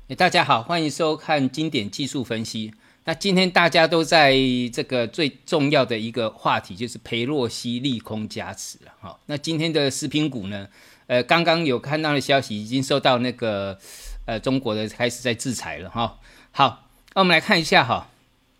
大家好，欢迎收看经典技术分析。那今天大家都在这个最重要的一个话题，就是裴洛西利空加持了哈。那今天的食品股呢，刚刚有看到的消息，已经受到那个中国的开始在制裁了哈。好，那我们来看一下哈。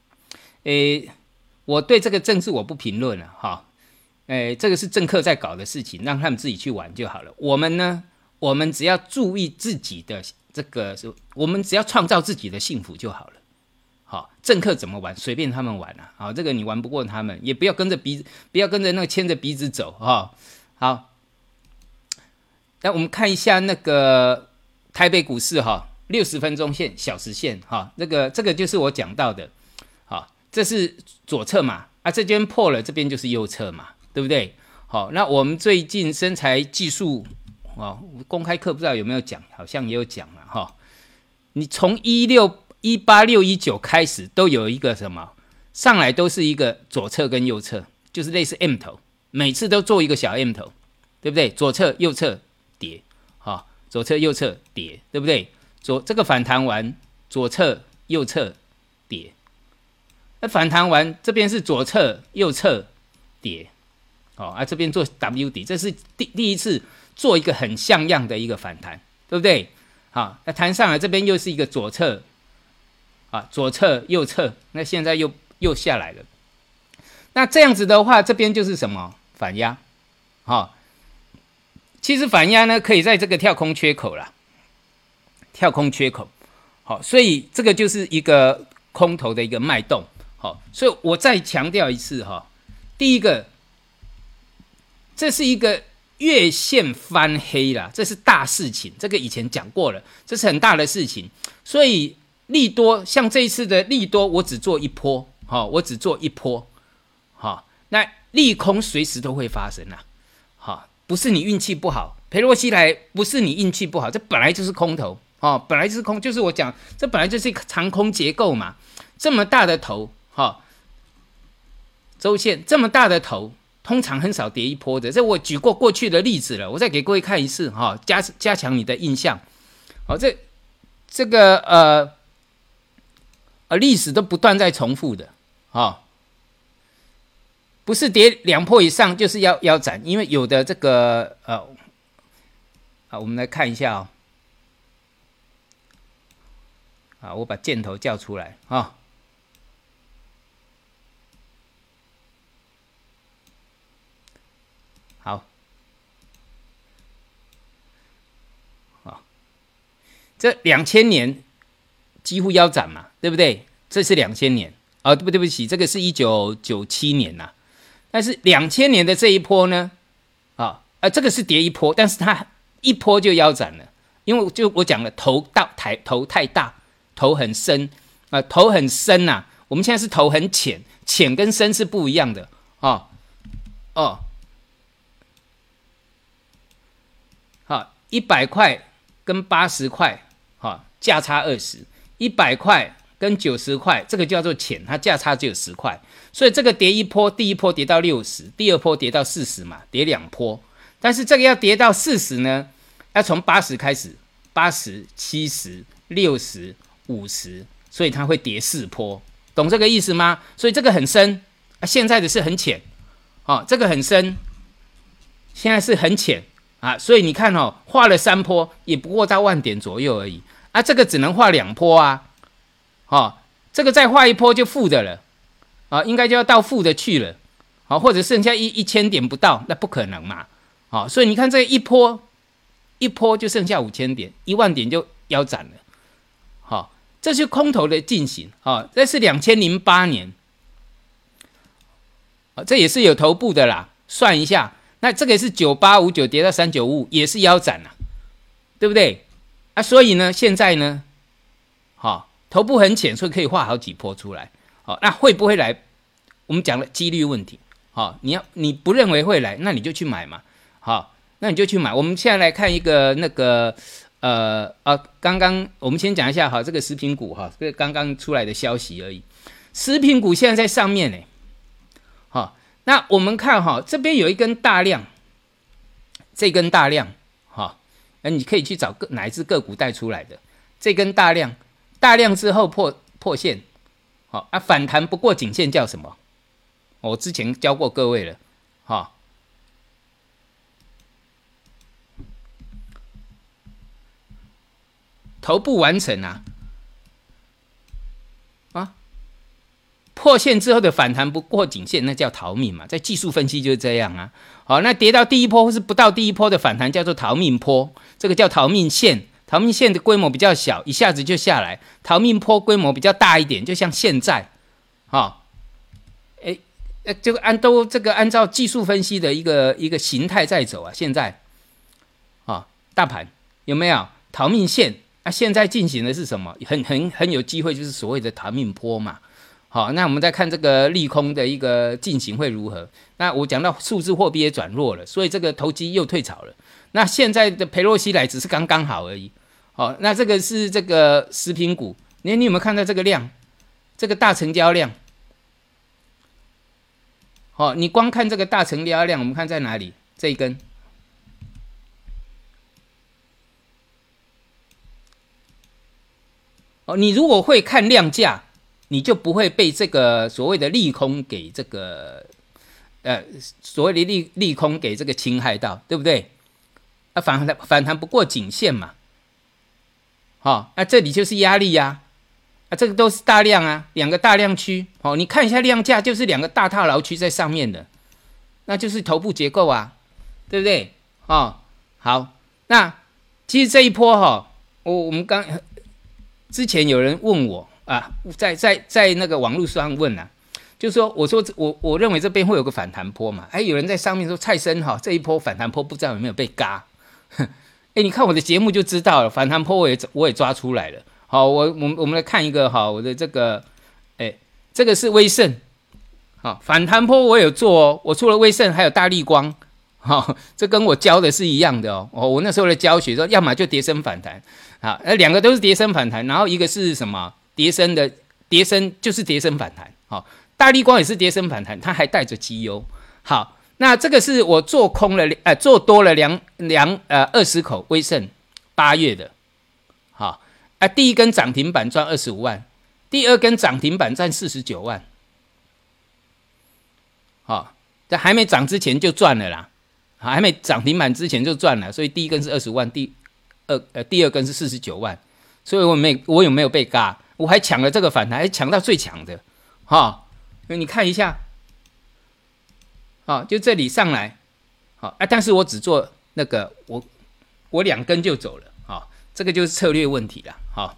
我对这个政治我不评论了哈。这个是政客在搞的事情，让他们自己去玩就好了。我们呢，我们只要注意自己的。我们只要创造自己的幸福就好了。好，政客怎么玩，随便他们玩啊。好，这个你玩不过他们，也不要跟着那个牵着鼻子走哈。好，那我们看一下那个台北股市哈，60分钟线、小时线哈，这个就是我讲到的。好，这是左侧嘛，这边破了，这边就是右侧嘛，对不对？好，那我们最近身材技术。公开课不知道有没有讲，好像也有讲了哈。你从18、6、19开始都有一个什么上来都是一个左侧跟右侧，就是类似 M 头，每次都做一个小 M 头，对不对？左侧右侧跌，左侧右侧跌，对不对？这个反弹完，左侧右侧跌，那反弹完这边是左侧右侧跌，这边做 W 底，这是第一次。做一个很像样的一个反弹，对不对？好，那弹上来这边又是一个左侧，左侧右侧，那现在又下来了。那这样子的话，这边就是什么反压？其实反压呢，可以在这个跳空缺口啦，跳空缺口。好，所以这个就是一个空头的一个脉动。好，所以我再强调一次哈，第一个，这是一个。月线翻黑啦，这是大事情，这个以前讲过了，这是很大的事情。所以利多，像这一次的利多，我只做一波，我只做一波，那利空随时都会发生啦，不是你运气不好，裴洛西来不是你运气不好，这本来就是空头，本来就是空，就是我讲，这本来就是一个长空结构嘛，这么大的头，周线这么大的头。通常很少跌一波的，这我举过过去的例子了，我再给各位看一次哈，加强你的印象。好，这个历史都不断在重复的，不是跌2波以上就是要腰斩，因为有的这个我们来看一下我把箭头叫出来这2000年几乎腰斩嘛，对不对？这是2000年对不起，这个是1997年呐。但是2000年的这一波呢，这个是跌一波，但是它一波就腰斩了，因为就我讲了，头太大，头很深头很深呐。我们现在是头很浅，浅跟深是不一样的100块跟80块。价差20，100块跟90块，这个叫做浅，它价差只有10块，所以这个跌一波，第一波跌到60，第二波跌到40嘛，跌2波。但是这个要跌到40呢，要从80开始，80、70、60、50，所以它会跌4波，懂这个意思吗？所以这个很深，现在的是很浅，这个很深，现在是很浅所以你看画了3波，也不过到10000点左右而已。这个只能画2波这个再画1波就负的了应该就要到负的去了或者剩下1000点不到，那不可能嘛所以你看这一波就剩下5000点，10000点就腰斩了这是空头的进行这是2008年这也是有头部的啦，算一下，那这个是9859跌到3955，也是腰斩了，对不对？所以呢，现在呢，头部很浅，所以可以画好几波出来。那会不会来？我们讲了几率问题。你不认为会来，那你就去买嘛。那你就去买。我们现在来看一个那个刚刚我们先讲一下这个食品股这个刚刚出来的消息而已。食品股现在在上面呢。那我们看这边有一根大量，这根大量你可以去找哪一只个股带出来的。 这根大量，大量之后破线，好啊，反弹不过颈线叫什么？我之前教过各位了，好，头部完成啊，破线之后的反弹不过颈线，那叫逃命嘛，在技术分析就是这样啊。好，那跌到第一波或是不到第一波的反弹叫做逃命波，这个叫逃命线。逃命线的规模比较小，一下子就下来；逃命波规模比较大一点，就像现在，这个按照技术分析的一个形态在走啊。现在，大盘有没有逃命线？现在进行的是什么？很有机会，就是所谓的逃命波嘛。好，那我们再看这个利空的一个进行会如何？那我讲到数字货币也转弱了，所以这个投机又退潮了。那现在的裴洛西来只是刚刚好而已。好，那这个是这个食品股，你有没有看到这个量？这个大成交量？好，你光看这个大成交量，我们看在哪里？这一根。你如果会看量价，你就不会被这个所谓的利空给这个所谓的利空给这个侵害到，对不对？反弹不过颈线嘛，这里就是压力呀，这个都是大量啊，两个大量区，你看一下量价，就是两个大套牢区在上面的，那就是头部结构啊，对不对？好，那其实这一波我们之前有人问我啊，在那个网络上问啊，就是说我认为这边会有个反弹波嘛，有人在上面说蔡生这一波反弹波不知道有没有被嘎，你看我的节目就知道了，反弹波我也抓出来了。好，我们来看一个我的这个，这个是威盛，反弹波我有做哦，我除了威盛还有大立光，这跟我教的是一样的哦。我那时候的教学说，要么就跌升反弹，两个都是跌升反弹，然后一个是什么跌升就是跌升反弹，大立光也是跌升反弹，它还带着绩优。好，那这个是我做空了做多了20口威盛8月的，好。第一根涨停板赚25万，第二根涨停板赚49万，在还没涨之前就赚了啦，还没涨停板之前就赚了，所以第一根是20万，第二根是49万，所以我有没有被嘎？我还抢了这个反弹，还抢到最强的，你看一下，就这里上来，但是我只做那个我2根就走了。这个就是策略问题啦，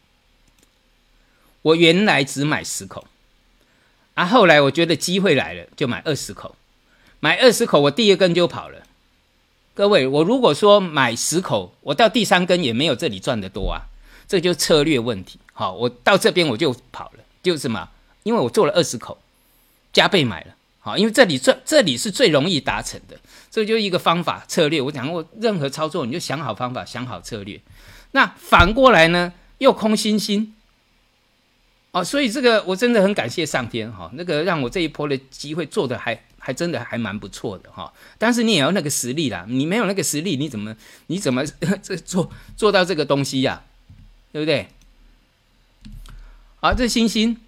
我原来只买10口，后来我觉得机会来了，就买20口，买20口，我第二根就跑了。各位，我如果说买10口，我到第3根也没有这里赚得多啊，这就是策略问题。我到这边我就跑了，就是什么？因为我做了20口，加倍买了，因为这里是最容易达成的，这就是一个方法策略。我讲过，任何操作你就想好方法，想好策略。那反过来呢，又空星星，所以这个我真的很感谢上天，那个让我这一波的机会做的还真的还蛮不错的，但是你也要那个实力啦，你没有那个实力，你怎么做到这个东西呀，对不对？好，这星星，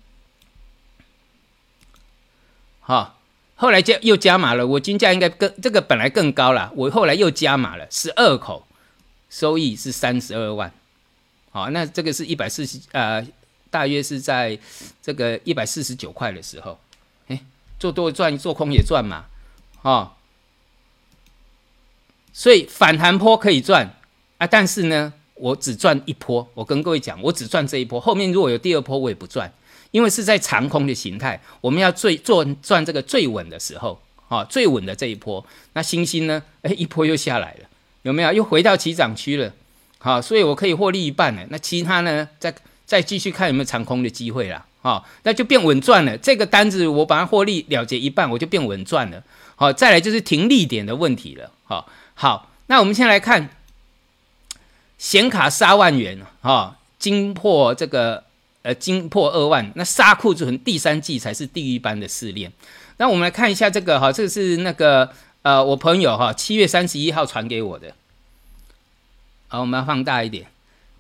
后来又加码了，我均价应该这个本来更高啦，我后来又加码了12口。收益是32万，那这个是大约是在这个149块的时候，做多赚，做空也赚嘛，所以反弹波可以赚但是呢，我只赚一波，我跟各位讲，我只赚这一波，后面如果有第二波我也不赚，因为是在长空的形态，我们要赚这个最稳的时候，最稳的这一波，那星星呢，一波又下来了。有没有又回到起涨区了？好，所以我可以获利一半了。那其他呢，再继续看有没有长空的机会啦。那就变稳赚了。这个单子我把它获利了结一半，我就变稳赚了。好，再来就是停利点的问题了。好，那我们先来看显卡杀万元，惊破2万，那杀库存第3季才是地狱般的试炼。那我们来看一下这个这个是那个。我朋友7月31号传给我的，我们要放大一点。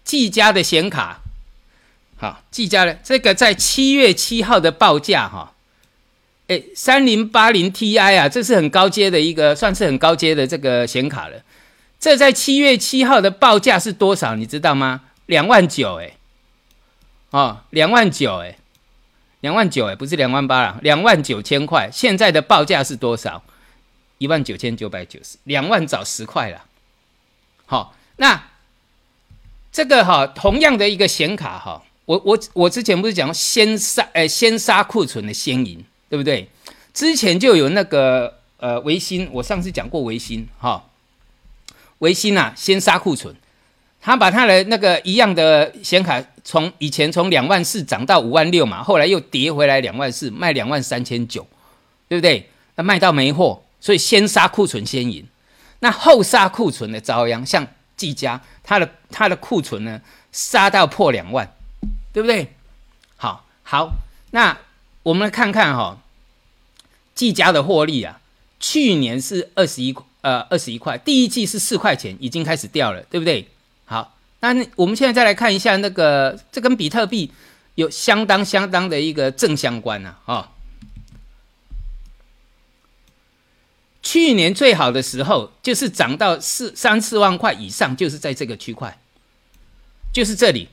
技嘉的显卡，好，技嘉的这个在7月7号的报价哈，3080 Ti 啊，这是很高阶的一个，算是很高阶的这个显卡了。这在7月7号的报价是多少？你知道吗？29000哦，29000 29000不是28000啦，29000块。现在的报价是多少？19990，2万找10块啦。好，那这个同样的一个显卡我之前不是讲先杀库存的先赢，对不对？之前就有那个微星，我上次讲过微星微星啊，先杀库存，他把他的那个一样的显卡以前从24000涨到56000嘛，后来又跌回来24000，卖23900，对不对？那卖到没货，所以先杀库存先赢。那后杀库存的遭殃，像技嘉，它的库存呢杀到破2万，对不对？好，那我们来看看技嘉的获利啊，去年是21块，第一季是4块钱，已经开始掉了，对不对？好，那我们现在再来看一下那个，这跟比特币有相当的一个正相关啊。去年最好的时候就是涨到3-4万块以上，就是在这个区块，就是这里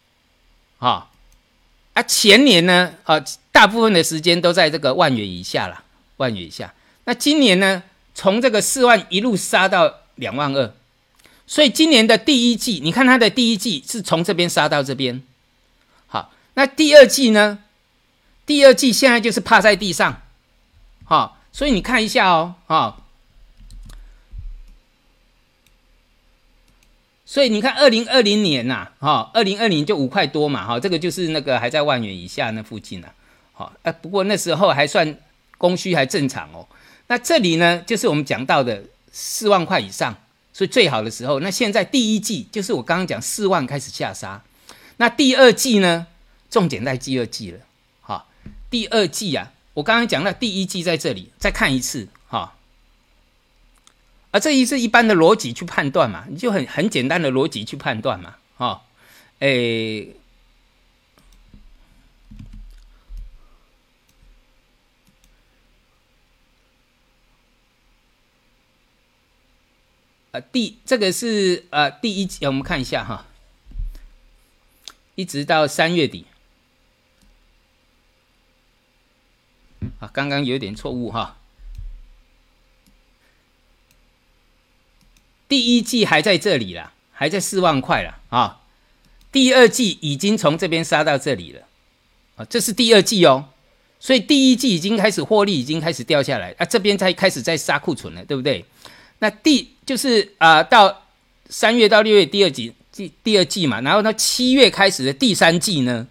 前年呢大部分的时间都在这个万元以下啦，万元以下。那今年呢，从这个4万一路杀到2万2，所以今年的第一季，你看它的第一季是从这边杀到这边。好，那第二季呢？第二季现在就是趴在地上，所以你看一下所以你看2020年呐，2020就5块多嘛，这个就是那个还在万元以下那附近不过那时候还算供需还正常那这里呢，就是我们讲到的4万块以上，所以最好的时候。那现在第一季就是我刚刚讲4万开始下杀，那第二季呢，重点在第二季了。第二季啊，我刚刚讲到第一季在这里，再看一次这一是一般的逻辑去判断嘛，你就很简单的逻辑去判断嘛这个是第一季，我们看一下一直到3月底刚刚有点错误第一季还在这里啦，还在4万块啦第二季已经从这边杀到这里了这是第二季所以第一季已经开始获利，已经开始掉下来这边才开始在杀库存了，对不对？那就是到3月到6月第二季嘛，然后呢7月开始的第三季呢，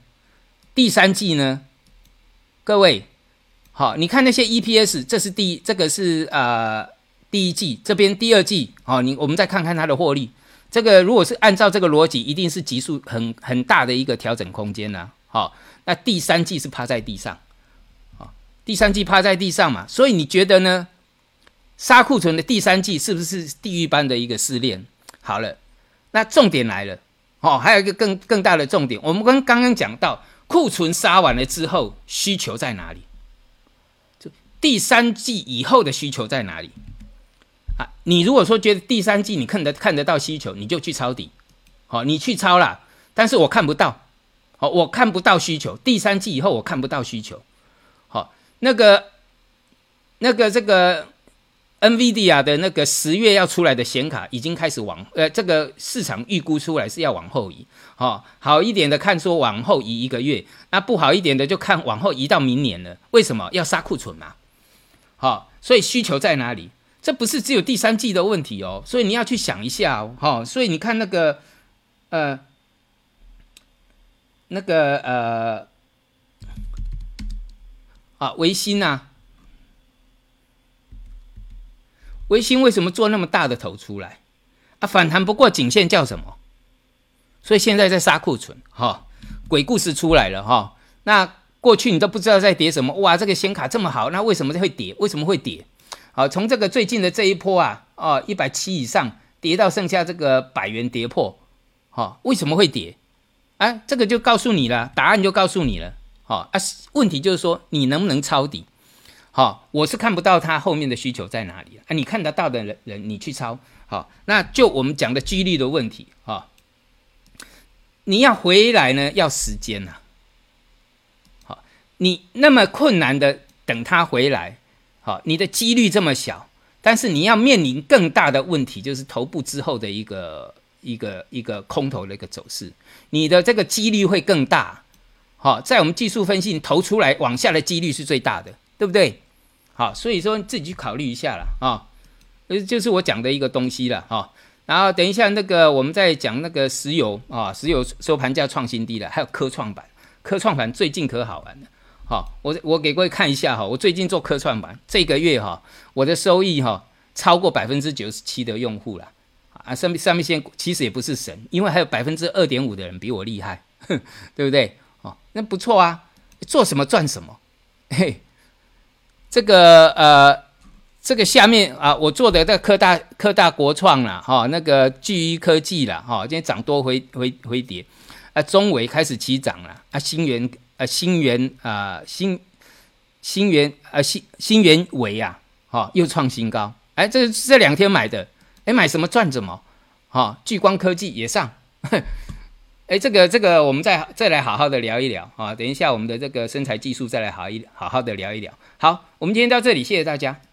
各位你看那些 EPS， 这个是第一季，这边第二季我们再看看它的获利。这个如果是按照这个逻辑，一定是急速很大的一个调整空间啦那第三季是趴在地上第三季趴在地上嘛，所以你觉得呢？杀库存的第三季是不是地狱般的一个试炼？好了，那重点来了还有一个更大的重点，我们刚刚讲到库存杀完了之后，需求在哪里？第三季以后的需求在哪里你如果说觉得第三季你看得到需求，你就去抄底你去抄啦，但是我看不到我看不到需求，第三季以后我看不到需求那个这个 NVIDIA 的那个10月要出来的显卡已经开始这个市场预估出来是要往后移好一点的看说往后移1个月，那不好一点的就看往后移到明年了。为什么？要杀库存嘛所以需求在哪里？这不是只有第三季的问题所以你要去想一下所以你看微星微星为什么做那么大的头出来反弹不过颈线叫什么？所以现在在杀库存鬼故事出来了那过去你都不知道在跌什么，哇，这个显卡这么好，那为什么会跌？为什么会跌？从这个最近的这一波170以上跌到剩下这个100元跌破为什么会跌？这个就告诉你了，答案就告诉你了。问题就是说你能不能抄底？我是看不到它后面的需求在哪里你看得到的人你去抄。那就我们讲的几率的问题你要回来呢，要时间你那么困难的等它回来，你的几率这么小，但是你要面临更大的问题，就是头部之后的一个空头的一个走势，你的这个几率会更大。在我们技术分析，投出来往下的几率是最大的，对不对？所以说你自己去考虑一下啦就是我讲的一个东西啦然后等一下那个我们再讲那个石油石油收盘价创新低了，还有科创板最近可好玩了我给各位看一下我最近做科创板这个月我的收益超过 97% 的用户了上面现在其实也不是神，因为还有 2.5% 的人比我厉害对不对那不错啊，做什么赚什么。这个下面我做的这个科大国创啦那个巨一科技啦今天涨多回跌中微开始起涨了新源微又创新高这两天买的买什么赚什么聚光科技也上这个我们再来好好的聊一聊等一下我们的这个生财技术再来好好的聊一聊。好，我们今天到这里，谢谢大家。